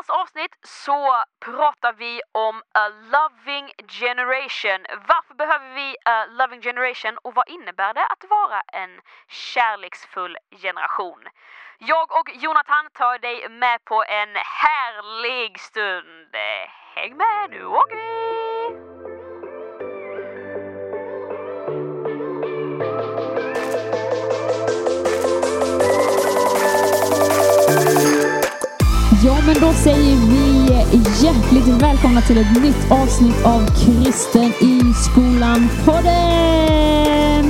veckans avsnitt så pratar vi om a loving generation. Varför behöver vi a loving generation och vad innebär det att vara en kärleksfull generation? Jag och Jonathan tar dig med på en härlig stund. Häng med, nu åker vi! Ja, men då säger vi hjärtligt välkomna till ett nytt avsnitt av Kristen i skolan-podden!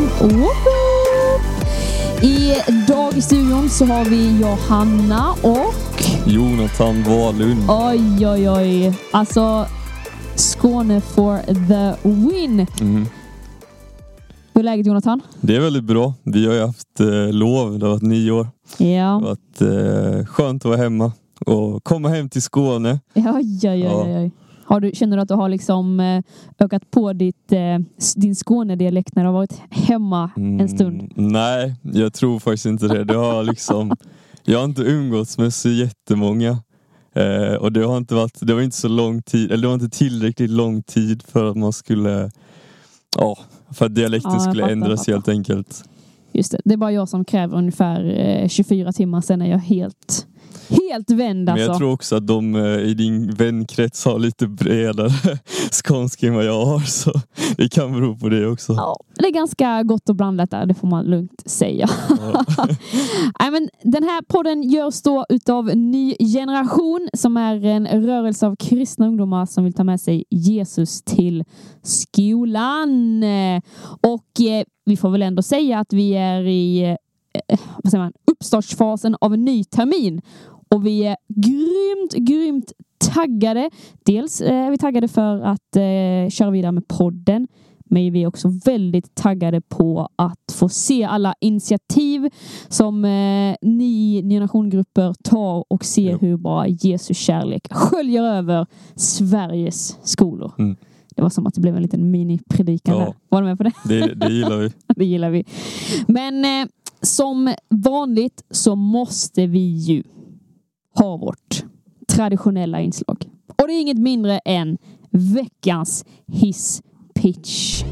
Idag i studion så har vi Johanna och Jonathan Wahlund. Oj. Alltså, Skåne for the win. Hur är läget, Jonathan? Det är väldigt bra. Vi har ju haft lov. Det har varit 9 år. Ja. Det har varit skönt att vara hemma. Och komma hem till Skåne. Ja. Känner du att du har liksom ökat på din Skånedialekt när du har varit hemma en stund? Nej, jag tror faktiskt inte det. Det har liksom, jag har inte umgåtts med så jättemånga. Och det var inte så lång tid. Eller det var inte tillräckligt lång tid för att man skulle... för att dialekten skulle ändras helt enkelt. Just det. Det är bara jag som kräver ungefär 24 timmar sen är jag helt vänd alltså. Men jag tror också att de i din vänkrets har lite bredare skånska än vad jag har, så det kan bero på det också. Ja, det är ganska gott och blandat där, det får man lugnt säga. Ja. Nej, men den här podden görs då utav Ny Generation, som är en rörelse av kristna ungdomar som vill ta med sig Jesus till skolan. Och vi får väl ändå säga att vi är i uppstartsfasen av en ny termin. Och vi är grymt taggade. Dels är vi taggade för att köra vidare med podden. Men vi är också väldigt taggade på att få se alla initiativ som ni generationsgrupper tar och se hur bara Jesus kärlek sköljer över Sveriges skolor. Det var som att det blev en liten mini-predikan där. Var du med på det? Det gillar vi. Det gillar vi. Men som vanligt så måste vi ju ha vårt traditionella inslag. Och det är inget mindre än veckans hisspitch.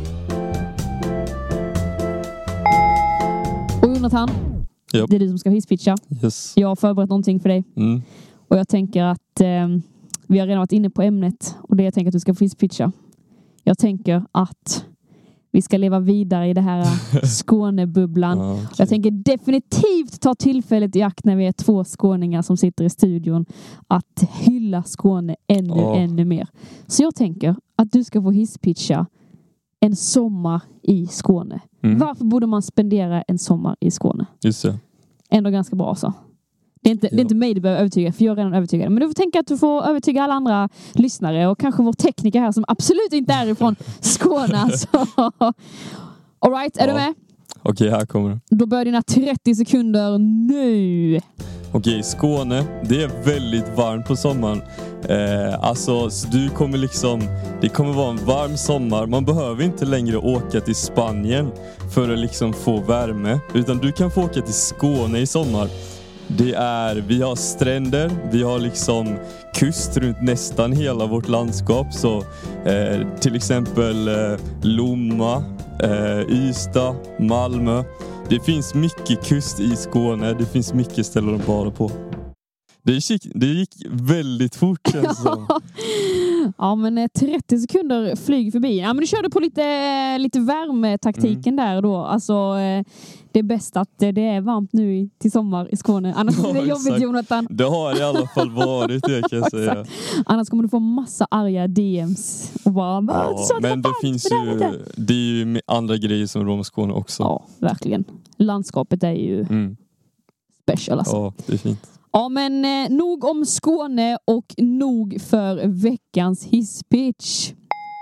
Och Jonathan, det är du som ska hisspitcha. Yes. Jag har förberett någonting för dig. Och jag tänker att vi har redan varit inne på ämnet. Och det jag tänker att du ska få hisspitcha. Jag tänker att vi ska leva vidare i det här Skånebubblan. Okay. Jag tänker definitivt ta tillfället i akt när vi är 2 skåningar som sitter i studion att hylla Skåne ännu mer. Så jag tänker att du ska få hisspitcha en sommar i Skåne. Varför borde man spendera en sommar i Skåne? Just det. Ändå ganska bra så. Det är inte mig du behöver övertyga, för jag är redan övertygad. Men du får tänka att du får övertyga alla andra lyssnare och kanske vår tekniker här som absolut inte är ifrån Skåne. All right, är du med? Okej, här kommer det. Då börjar dina 30 sekunder nu. Okej, Skåne, det är väldigt varmt på sommaren. Så du kommer det kommer vara en varm sommar. Man behöver inte längre åka till Spanien för att få värme. Utan du kan få åka till Skåne i sommar. Vi har stränder, vi har kust runt nästan hela vårt landskap. Så till exempel Lomma, Ystad, Malmö. Det finns mycket kust i Skåne, det finns mycket ställen att bada på. Det gick väldigt fort känns som. Ja, men 30 sekunder flyg förbi. Ja, men du körde på lite värmetaktiken där då. Alltså, det är bäst att det är varmt nu till sommar i Skåne. Annars är det jobbigt, Jonathan. Det har i alla fall varit det, kan jag säga. Annars kommer du få massa arga DMs. Och bara, men det finns det är ju andra grejer som rör med Skåne också. Ja, verkligen. Landskapet är ju special alltså. Ja, det är fint. Ja, men nog om Skåne och nog för veckans hisspitch.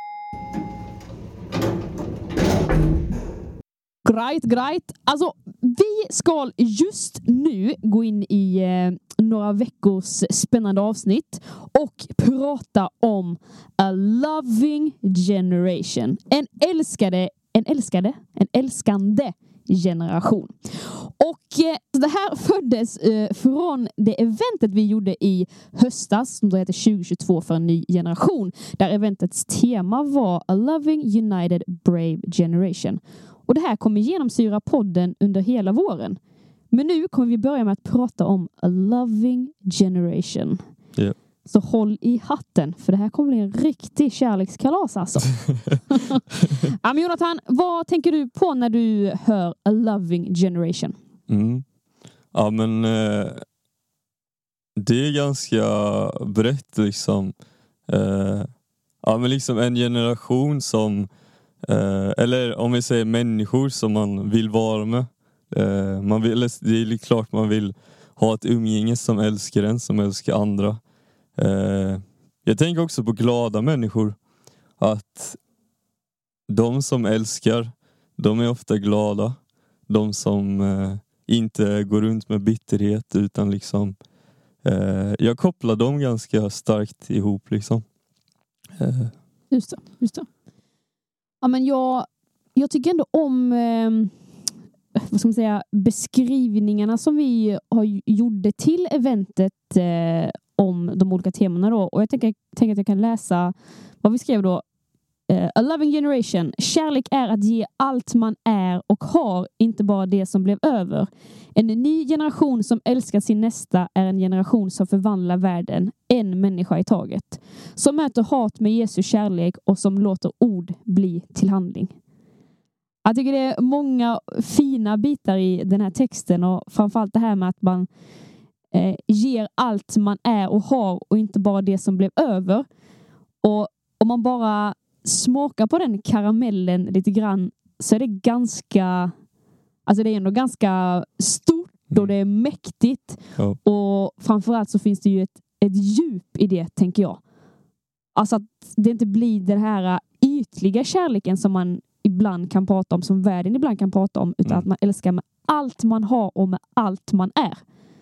Grejt. Alltså, vi ska just nu gå in i några veckors spännande avsnitt och prata om a loving generation. En älskande generation. Och det här föddes från det eventet vi gjorde i höstas som då heter 2022 för en ny generation. Där eventets tema var A Loving United Brave Generation. Och det här kommer genomsyra podden under hela våren. Men nu kommer vi börja med att prata om A Loving Generation. Yeah. Så håll i hatten, för det här kommer bli en riktig kärlekskalas alltså. Ja, men Jonathan, vad tänker du på när du hör A Loving Generation? Ja, men det är ganska brett liksom. Ja, men liksom en generation som eller om vi säger människor som man vill vara med. Det är klart man vill ha ett umgänge som älskar en, som älskar andra. Jag tänker också på glada människor. Att de som älskar, de är ofta glada. De som inte går runt med bitterhet utan liksom jag kopplar dem ganska starkt ihop liksom. Just det. Ja, men jag tycker ändå om vad ska man säga, beskrivningarna som vi gjorde till eventet om de olika temana då. Och jag tänker att jag kan läsa vad vi skrev då. A Loving Generation. Kärlek är att ge allt man är och har, inte bara det som blev över. En ny generation som älskar sin nästa är en generation som förvandlar världen, en människa i taget. Som möter hat med Jesu kärlek och som låter ord bli till handling. Jag tycker det är många fina bitar i den här texten, och framförallt det här med att man ger allt man är och har och inte bara det som blev över. Och om man bara smakar på den karamellen lite grann, så är det ganska, alltså det är ändå ganska stort och det är mäktigt. Ja. Och framförallt så finns det ju ett djup i det, tänker jag. Alltså att det inte blir den här ytliga kärleken som man ibland kan prata om, som världen ibland kan prata om, utan att man älskar med allt man har och med allt man är.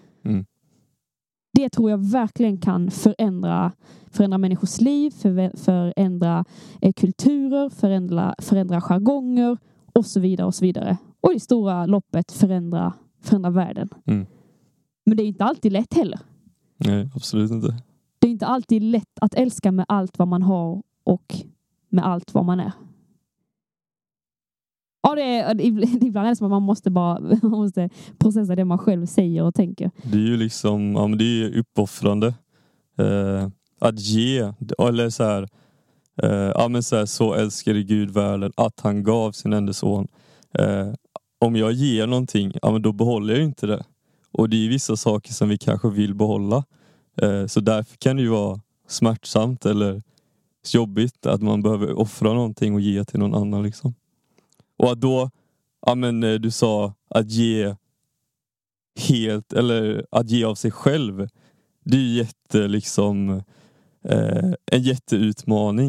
Det tror jag verkligen kan förändra människors liv, förändra kulturer, förändra jargonger och så vidare och så vidare. Och i stora loppet förändra världen. Men det är inte alltid lätt heller. Nej, absolut inte. Det är inte alltid lätt att älska med allt vad man har och med allt vad man är. Ja, ibland är det som att man måste processa det man själv säger och tänker. Det är ju liksom, ja, men det är ju uppoffrande att ge, eller så här, ja, men så älskade Gud världen att han gav sin enda son. Om jag ger någonting, ja, men då behåller jag inte det. Och det är vissa saker som vi kanske vill behålla. Så därför kan det ju vara smärtsamt eller jobbigt att man behöver offra någonting och ge till någon annan liksom. Och att då, ja, men du sa att ge helt, eller att ge av sig själv, det är ju en jätteutmaning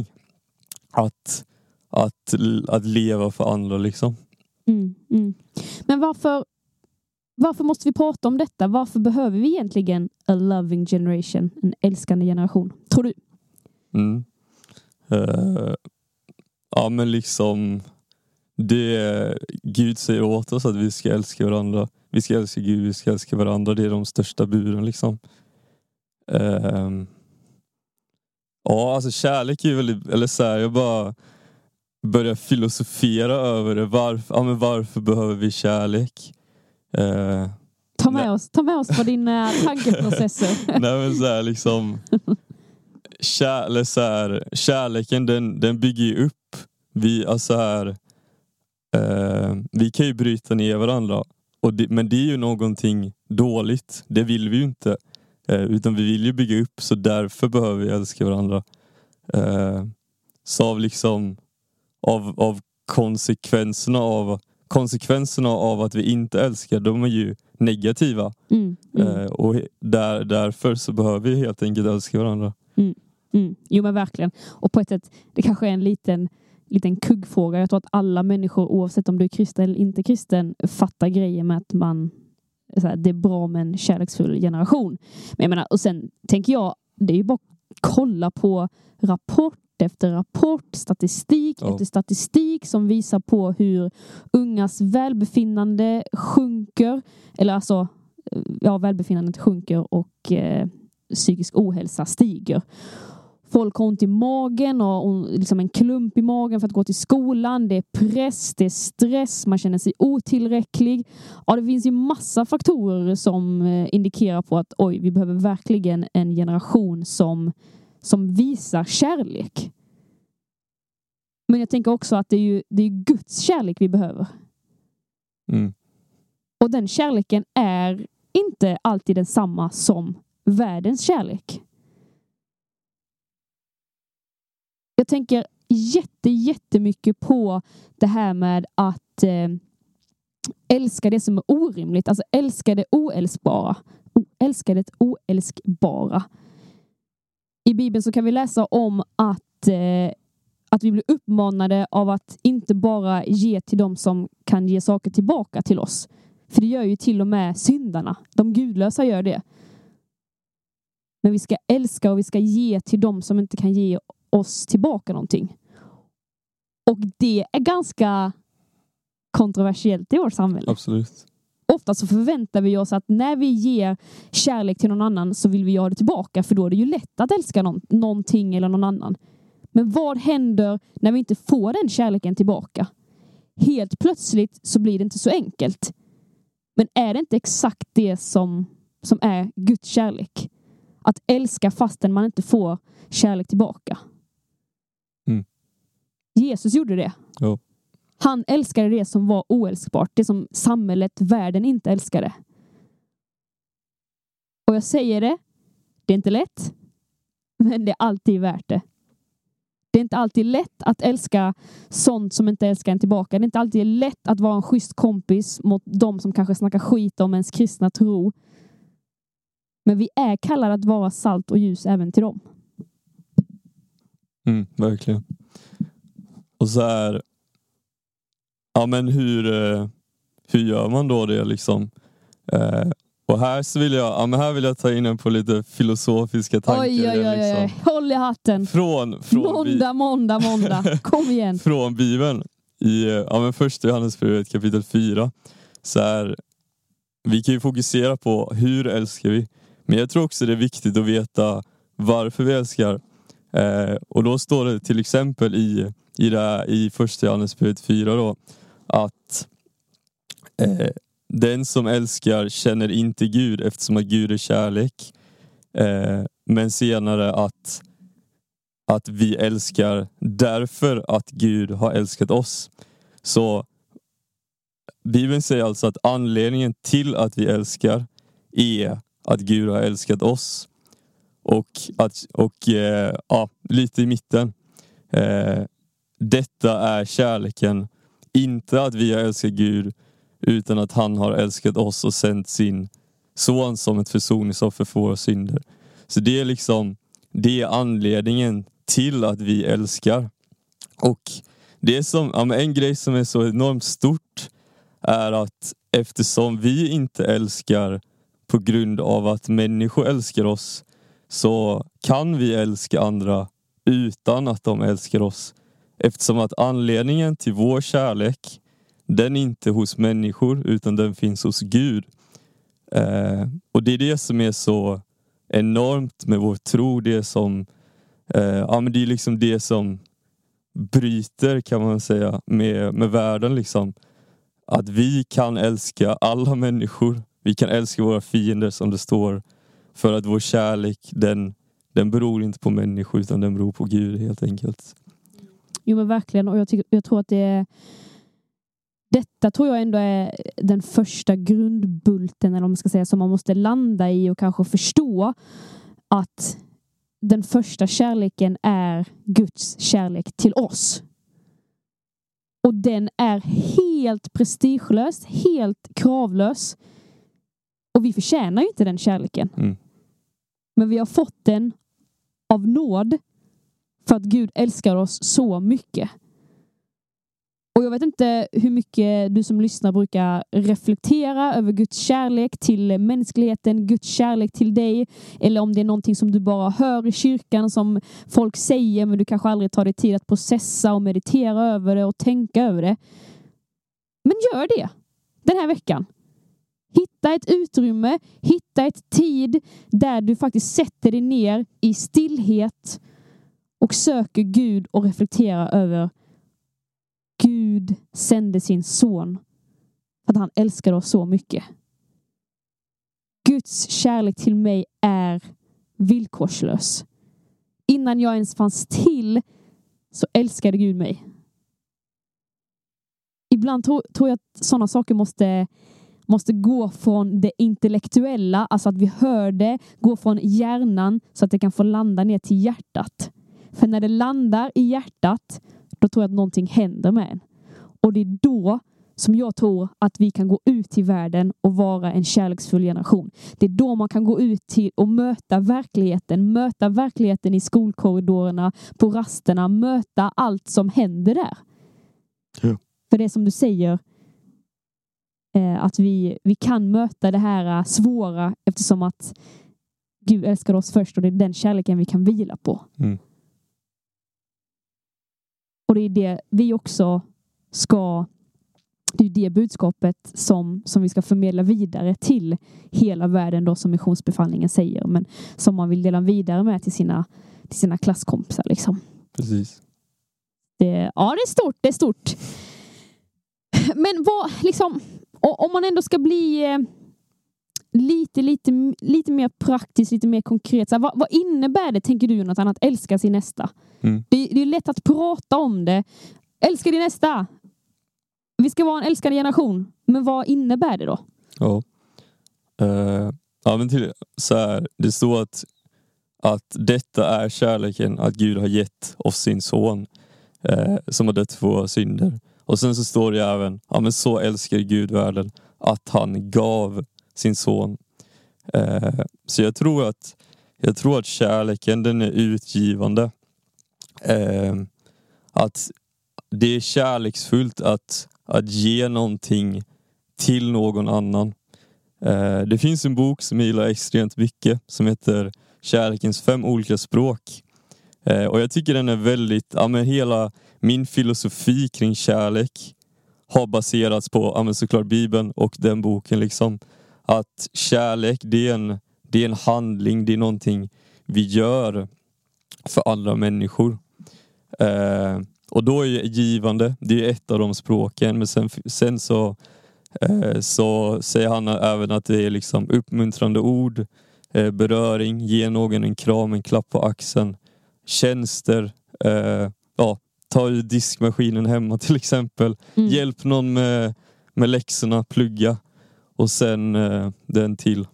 att leva för andra liksom. Men varför måste vi prata om detta? Varför behöver vi egentligen a loving generation, en älskande generation, tror du? Ja, men liksom Gud säger åt oss att vi ska älska varandra. Vi ska älska Gud, vi ska älska varandra. Det är de största buren liksom. Ja, alltså kärlek är ju väldigt, eller så här, jag bara börjar filosofera över det. Varför behöver vi kärlek? Ta med oss på dina tankeprocesser. Nej, men så här, liksom kärleken den bygger ju upp. Vi kan ju bryta ner varandra. Men det är ju någonting dåligt. Det vill vi ju inte. Utan vi vill ju bygga upp. Så därför behöver vi älska varandra. Så av konsekvenserna av att vi inte älskar, de är ju negativa. Och därför så behöver vi helt enkelt älska varandra. Jo, men verkligen. Och på ett sätt, det kanske är en liten kuggfråga. Jag tror att alla människor, oavsett om du är kristen eller inte kristen, fattar grejen med att det är bra med en kärleksfull generation. Men jag menar, och sen tänker jag, det är ju bara att kolla på rapporter efter rapport, statistik efter statistik som visar på hur ungas välbefinnande sjunker. Eller alltså, välbefinnandet sjunker och psykisk ohälsa stiger. Folk har ont i magen och liksom en klump i magen för att gå till skolan. Det är press, det är stress, man känner sig otillräcklig. Ja, det finns ju massa faktorer som indikerar på att vi behöver verkligen en generation som visar kärlek. Men jag tänker också att det är Guds kärlek vi behöver. Mm. Och den kärleken är inte alltid densamma som världens kärlek. Jag tänker jättemycket på det här med att älska det som är orimligt. Alltså älska det oälskbara. Älska det oälskbara. I Bibeln så kan vi läsa om att vi blir uppmanade av att inte bara ge till dem som kan ge saker tillbaka till oss. För det gör ju till och med syndarna. De gudlösa gör det. Men vi ska älska och vi ska ge till dem som inte kan ge oss tillbaka någonting. Och det är ganska kontroversiellt i vårt samhälle. Absolut. Ofta så förväntar vi oss att när vi ger kärlek till någon annan så vill vi göra det tillbaka. För då är det ju lätt att älska någonting eller någon annan. Men vad händer när vi inte får den kärleken tillbaka? Helt plötsligt så blir det inte så enkelt. Men är det inte exakt det som är Guds kärlek? Att älska fastän man inte får kärlek tillbaka. Mm. Jesus gjorde det. Ja. Han älskade det som var oälskbart. Det som samhället, världen inte älskade. Och jag säger det är inte lätt. Men det är alltid värt det. Det är inte alltid lätt att älska sånt som inte älskar en tillbaka. Det är inte alltid lätt att vara en schysst kompis mot de som kanske snackar skit om ens kristna tro. Men vi är kallade att vara salt och ljus även till dem. Verkligen. Och så här, men hur gör man då det liksom? Och här så vill jag ta in en på lite filosofiska tankar. Oj. Liksom. Håll i hatten. Från måndag. Kom igen. Från Bibeln i första Johannesbrevet kapitel 4. Så här, vi kan ju fokusera på hur älskar vi. Men jag tror också det är viktigt att veta varför vi älskar. Och då står det till exempel i första Johannesbrevet 4 då, att den som älskar känner inte Gud eftersom att Gud är kärlek. Men senare att vi älskar därför att Gud har älskat oss. Så Bibeln säger alltså att anledningen till att vi älskar är att Gud har älskat oss. Och lite i mitten. Detta är kärleken. Inte att vi har älskat Gud, utan att han har älskat oss och sänt sin son som ett försoningsoffer för våra synder. Så det är anledningen till att vi älskar. Och det som, en grej som är så enormt stort är att eftersom vi inte älskar på grund av att människor älskar oss, så kan vi älska andra utan att de älskar oss. Eftersom att anledningen till vår kärlek, den är inte hos människor utan den finns hos Gud. Och det är det som är så enormt med vår tro. Det som det är liksom det som bryter, kan man säga, med världen liksom. Att vi kan älska alla människor. Vi kan älska våra fiender, som det står. För att vår kärlek, den beror inte på människor utan den beror på Gud helt enkelt. Jo, men verkligen. Och jag tror att detta tror jag ändå är den första grundbulten, eller om man ska säga, som man måste landa i och kanske förstå att den första kärleken är Guds kärlek till oss. Och den är helt prestigelös, helt kravlös. Och vi förtjänar ju inte den kärleken. Mm. Men vi har fått den av nåd för att Gud älskar oss så mycket. Och jag vet inte hur mycket du som lyssnar brukar reflektera över Guds kärlek till mänskligheten, Guds kärlek till dig. Eller om det är någonting som du bara hör i kyrkan som folk säger, men du kanske aldrig tar dig tid att processa och meditera över det och tänka över det. Men gör det den här veckan. Hitta ett utrymme, hitta ett tid där du faktiskt sätter dig ner i stillhet och söker Gud och reflekterar över Gud sände sin son för att han älskade oss så mycket. Guds kärlek till mig är villkorslös. Innan jag ens fanns till så älskade Gud mig. Ibland tror jag att sådana saker måste gå från det intellektuella, alltså att vi hör det, gå från hjärnan så att det kan få landa ner till hjärtat. För när det landar i hjärtat, då tror jag att någonting händer med en. Och det är då som jag tror att vi kan gå ut i världen och vara en kärleksfull generation. Det är då man kan gå ut till och möta verkligheten i skolkorridorerna, på rasterna, möta allt som händer där. Ja. För det är som du säger, att vi kan möta det här svåra eftersom att Gud älskar oss först och det är den kärleken vi kan vila på. Mm. Och det är det vi också det är det budskapet som vi ska förmedla vidare till hela världen då, som missionsbefallningen säger, men som man vill dela vidare med till sina klasskompisar liksom. Precis. Det är stort. Men vad liksom, om man ändå ska bli lite mer praktiskt, lite mer konkret, så här, vad innebär det, tänker du, något annat, älska sin nästa? Mm. Det är lätt att prata om det. Älska din nästa. Vi ska vara en älskande generation. Men vad innebär det då? Ja. Men till så här, det står att detta är kärleken, att Gud har gett oss sin son som har dött för våra synder. Och sen så står det även, men så älskar Gud världen att han gav sin son. Så jag tror att kärleken, den är utgivande. Att det är kärleksfullt att ge någonting till någon annan. Det finns en bok som jag gillar extremt mycket som heter Kärlekens 5 olika språk. Och jag tycker den är väldigt, hela min filosofi kring kärlek har baserats på såklart Bibeln och den boken liksom. Att kärlek, det är en handling, det är någonting vi gör för andra människor. Och då är givande, det är ett av de språken, men sen så säger han även att det är liksom uppmuntrande ord, beröring, ge någon en kram, en klapp på axeln, tjänster, ta ut diskmaskinen hemma till exempel, hjälp någon med läxorna, plugga, och sen den till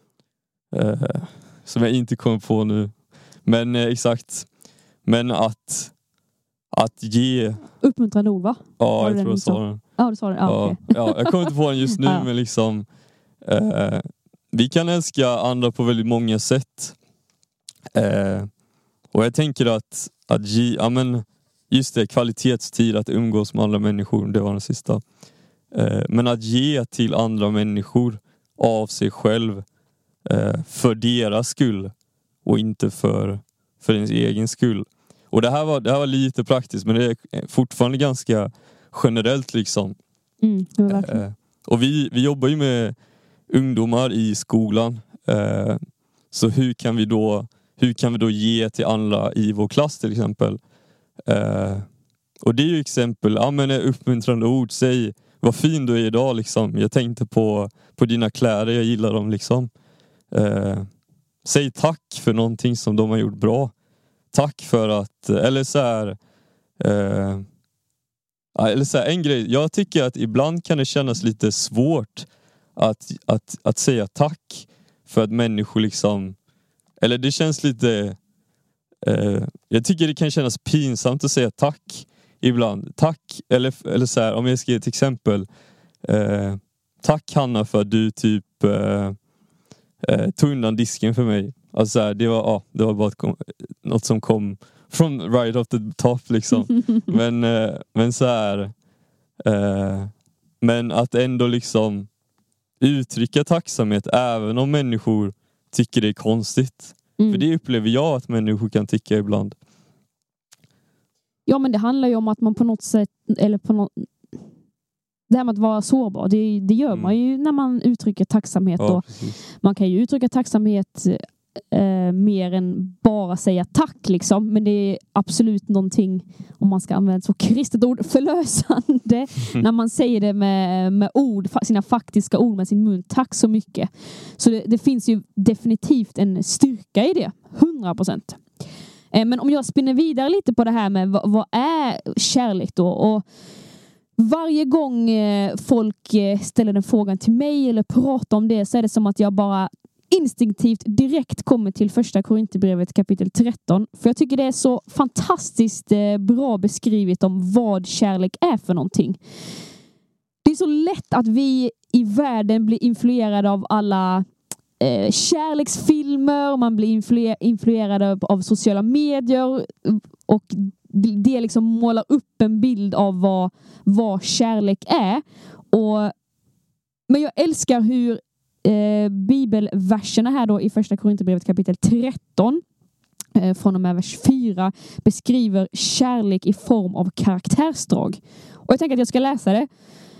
som jag inte kommer på nu, men exakt, men att ge uppmuntrande ord, va? Ja, jag tror jag sa den. Ja, du sa den. Ja, jag kommer inte på den just nu, men liksom vi kan älska andra på väldigt många sätt. Och jag tänker att ge, just det, kvalitetstid, att umgås med andra människor, det var den sista. Men att ge till andra människor av sig själv för deras skull och inte för ens egen skull. Och det här var lite praktiskt, men det är fortfarande ganska generellt liksom. Och vi jobbar ju med ungdomar i skolan. Så hur kan vi då ge till andra i vår klass till exempel? Och det är ju exempel, uppmuntrande ord, säg vad fin du är idag liksom. Jag tänkte på dina kläder, jag gillar dem liksom. Säg tack för någonting som de har gjort bra. Tack för att, eller så här, en grej, jag tycker att ibland kan det kännas lite svårt att säga tack för att människor liksom, eller det känns lite, jag tycker det kan kännas pinsamt att säga tack ibland. Tack, eller så här, om jag ska ge ett exempel, tack Hanna för att du typ tog undan disken för mig. Alltså här, det var bara något som kom från right off the top liksom. Men så här, Men att ändå liksom uttrycka tacksamhet även om människor tycker det är konstigt. För det upplever jag att människor kan tycka ibland. Ja, men det handlar ju om att man på något sätt, eller på något, det här med att vara sårbar, det gör man ju när man uttrycker tacksamhet. Ja, och man kan ju uttrycka tacksamhet mer än bara säga tack liksom. Men det är absolut någonting, om man ska använda ett så kristet ord, förlösande när man säger det med ord, sina faktiska ord med sin mun. Tack så mycket. Så det finns ju definitivt en styrka i det. 100%. Men om jag spinner vidare lite på det här med vad är kärlek då? Och varje gång folk ställer den frågan till mig eller pratar om det, så är det som att jag bara instinktivt direkt kommer till första Korinthierbrevet kapitel 13. För jag tycker det är så fantastiskt bra beskrivet om vad kärlek är för någonting. Det är så lätt att vi i världen blir influerade av alla kärleksfilmer, man blir influerad av sociala medier, och det liksom målar upp en bild av vad kärlek är. Men jag älskar hur bibelverserna här då i första Korinthierbrevet kapitel 13 från och med vers 4 beskriver kärlek i form av karaktärsdrag. Och jag tänker att jag ska läsa det.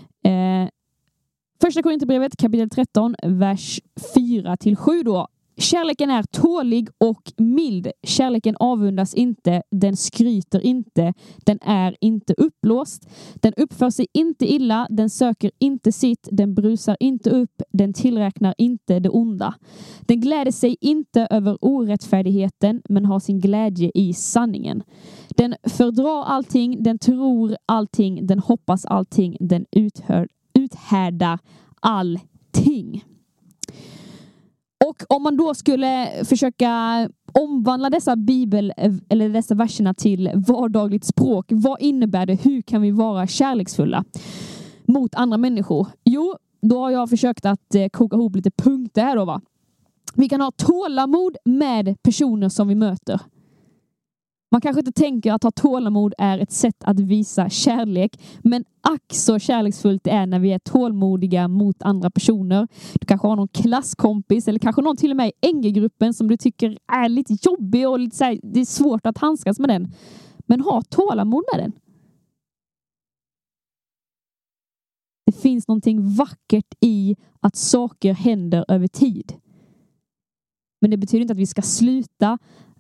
Första Korinthierbrevet kapitel 13 vers 4-7 då. Kärleken är tålig och mild. Kärleken avundas inte, den skryter inte, den är inte uppblåst. Den uppför sig inte illa, den söker inte sitt, den brusar inte upp, den tillräknar inte det onda. Den gläder sig inte över orättfärdigheten, men har sin glädje i sanningen. Den fördrar allting, den tror allting, den hoppas allting, den uthärdar allting. Och om man då skulle försöka omvandla dessa eller dessa verserna till vardagligt språk, vad innebär det? Hur kan vi vara kärleksfulla mot andra människor? Jo, då har jag försökt att koka ihop lite punkter här då, va? Vi kan ha tålamod med personer som vi möter. Man kanske inte tänker att ha tålamod är ett sätt att visa kärlek, men ack så kärleksfullt det är när vi är tålmodiga mot andra personer. Du kanske har någon klasskompis eller kanske någon till och med i NG-gruppen som du tycker är lite jobbig och lite så här, det är svårt att handskas med den. Men ha tålamod med den. Det finns någonting vackert i att saker händer över tid. Men det betyder inte att vi ska sluta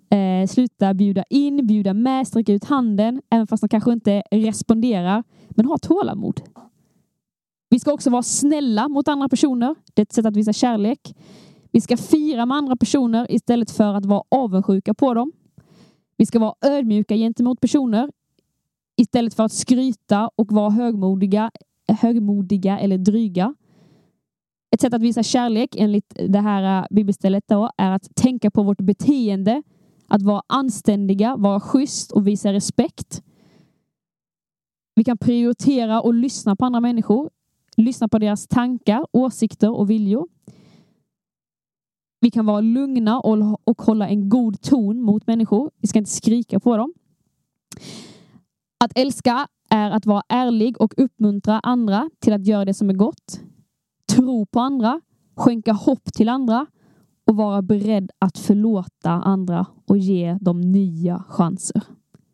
bjuda med, sträcka ut handen, även fast de kanske inte responderar, men ha tålamod. Vi ska också vara snälla mot andra personer. Det är ett sätt att visa kärlek. Vi ska fira med andra personer istället för att vara avundsjuka på dem. Vi ska vara ödmjuka gentemot personer istället för att skryta och vara högmodiga eller dryga. Ett sätt att visa kärlek enligt det här bibelstället då är att tänka på vårt beteende, att vara anständiga, vara schysst och visa respekt. Vi kan prioritera och lyssna på andra människor. Lyssna på deras tankar, åsikter och viljor. Vi kan vara lugna och hålla en god ton mot människor. Vi ska inte skrika på dem. Att älska är att vara ärlig och uppmuntra andra till att göra det som är gott. Tro på andra, skänka hopp till andra och vara beredd att förlåta andra och ge dem nya chanser.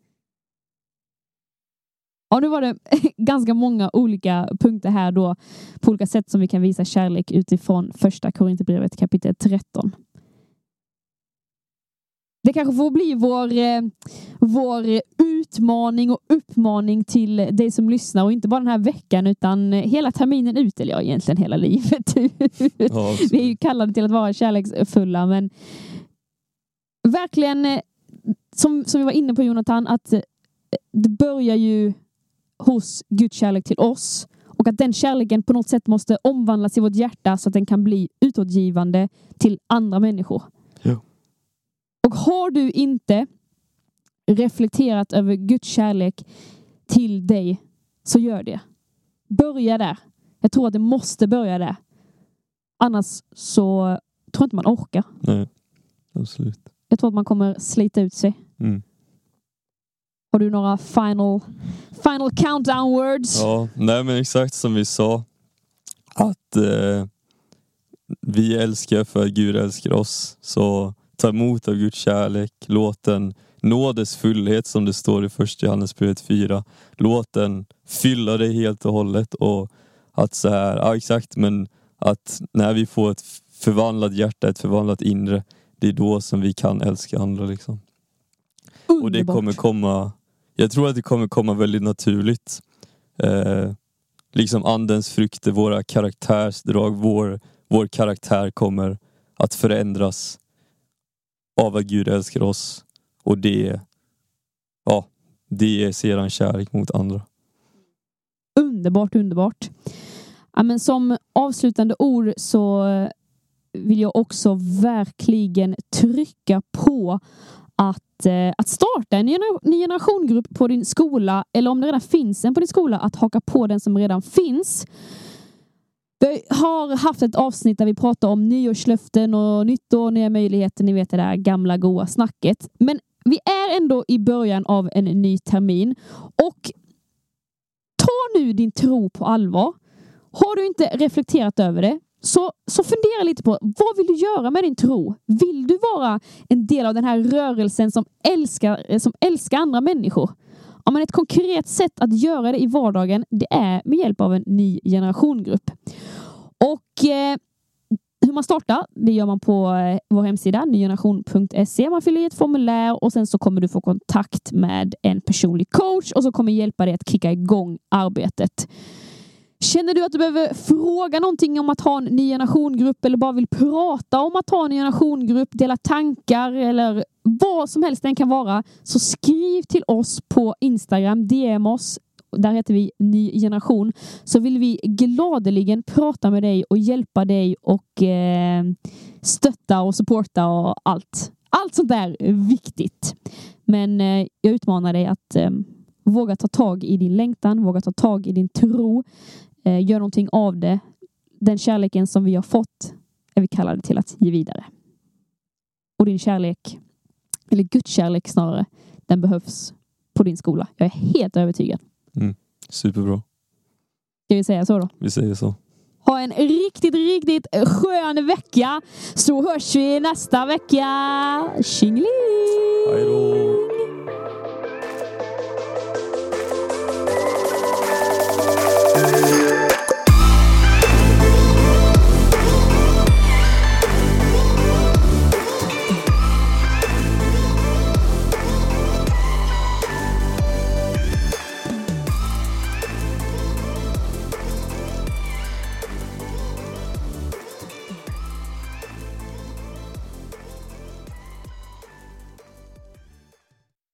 Ja, nu var det ganska många olika punkter här då på olika sätt som vi kan visa kärlek utifrån första Korinthierbrevet kapitel 13. Det kanske får bli vår utmaning och uppmaning till dig som lyssnar, och inte bara den här veckan utan hela terminen ut, eller egentligen hela livet. Ja, vi är ju kallade till att vara kärleksfulla, men verkligen som vi var inne på, Jonathan, att det börjar ju hos Guds kärlek till oss, och att den kärleken på något sätt måste omvandlas i vårt hjärta så att den kan bli utåtgivande till andra människor. Ja. Och har du inte reflekterat över Guds kärlek till dig, så gör det. Börja där. Jag tror att det måste börja där. Annars så tror jag inte man orkar. Nej, absolut. Jag tror att man kommer slita ut sig. Mm. Har du några final countdown words? Ja, nej men exakt som vi sa. Att vi älskar för att Gud älskar oss. Så ta emot av Guds kärlek. Låt den nå dess fullhet som det står i 1 Johannesbrevet 4. Låt den fylla dig helt och hållet. Och att så här, ja exakt, men att när vi får ett förvandlat hjärta, ett förvandlat inre, det är då som vi kan älska andra liksom. Underbart. Och det kommer komma, jag tror att det kommer komma väldigt naturligt. Liksom andens frukter, våra karaktärsdrag, vår karaktär kommer att förändras av att Gud älskar oss. Och det är sedan kärlek mot andra. Underbart. Ja, men som avslutande ord så vill jag också verkligen trycka på att starta en ny generationgrupp på din skola, eller om det redan finns en på din skola, att haka på den som redan finns. Vi har haft ett avsnitt där vi pratar om nyårslöften och nytt år, nya möjligheter, ni vet det där gamla goa snacket. Men vi är ändå i början av en ny termin, och ta nu din tro på allvar. Har du inte reflekterat över det, så fundera lite på, vad vill du göra med din tro? Vill du vara en del av den här rörelsen som älskar andra människor? Ja, men ett konkret sätt att göra det i vardagen, det är med hjälp av en ny generationgrupp. Och hur man startar, det gör man på vår hemsida nygeneration.se. Man fyller i ett formulär och sen så kommer du få kontakt med en personlig coach och så kommer hjälpa dig att kicka igång arbetet. Känner du att du behöver fråga någonting om att ha en ny generationgrupp, eller bara vill prata om att ha en ny generationgrupp, dela tankar eller vad som helst den kan vara, så skriv till oss på Instagram, DM oss, där heter vi Ny Generation, så vill vi gladeligen prata med dig och hjälpa dig och stötta och supporta och allt sånt där är viktigt. Men jag utmanar dig att våga ta tag i din längtan, våga ta tag i din tro, gör någonting av det. Den kärleken som vi har fått är vi kallade till att ge vidare. Och din kärlek, eller Guds kärlek snarare, den behövs på din skola. Jag är helt övertygad. Superbra. Ska vi säga så då? Vi säger så. Ha en riktigt, riktigt skön vecka. Så hörs vi nästa vecka. Tjingli! Hej då!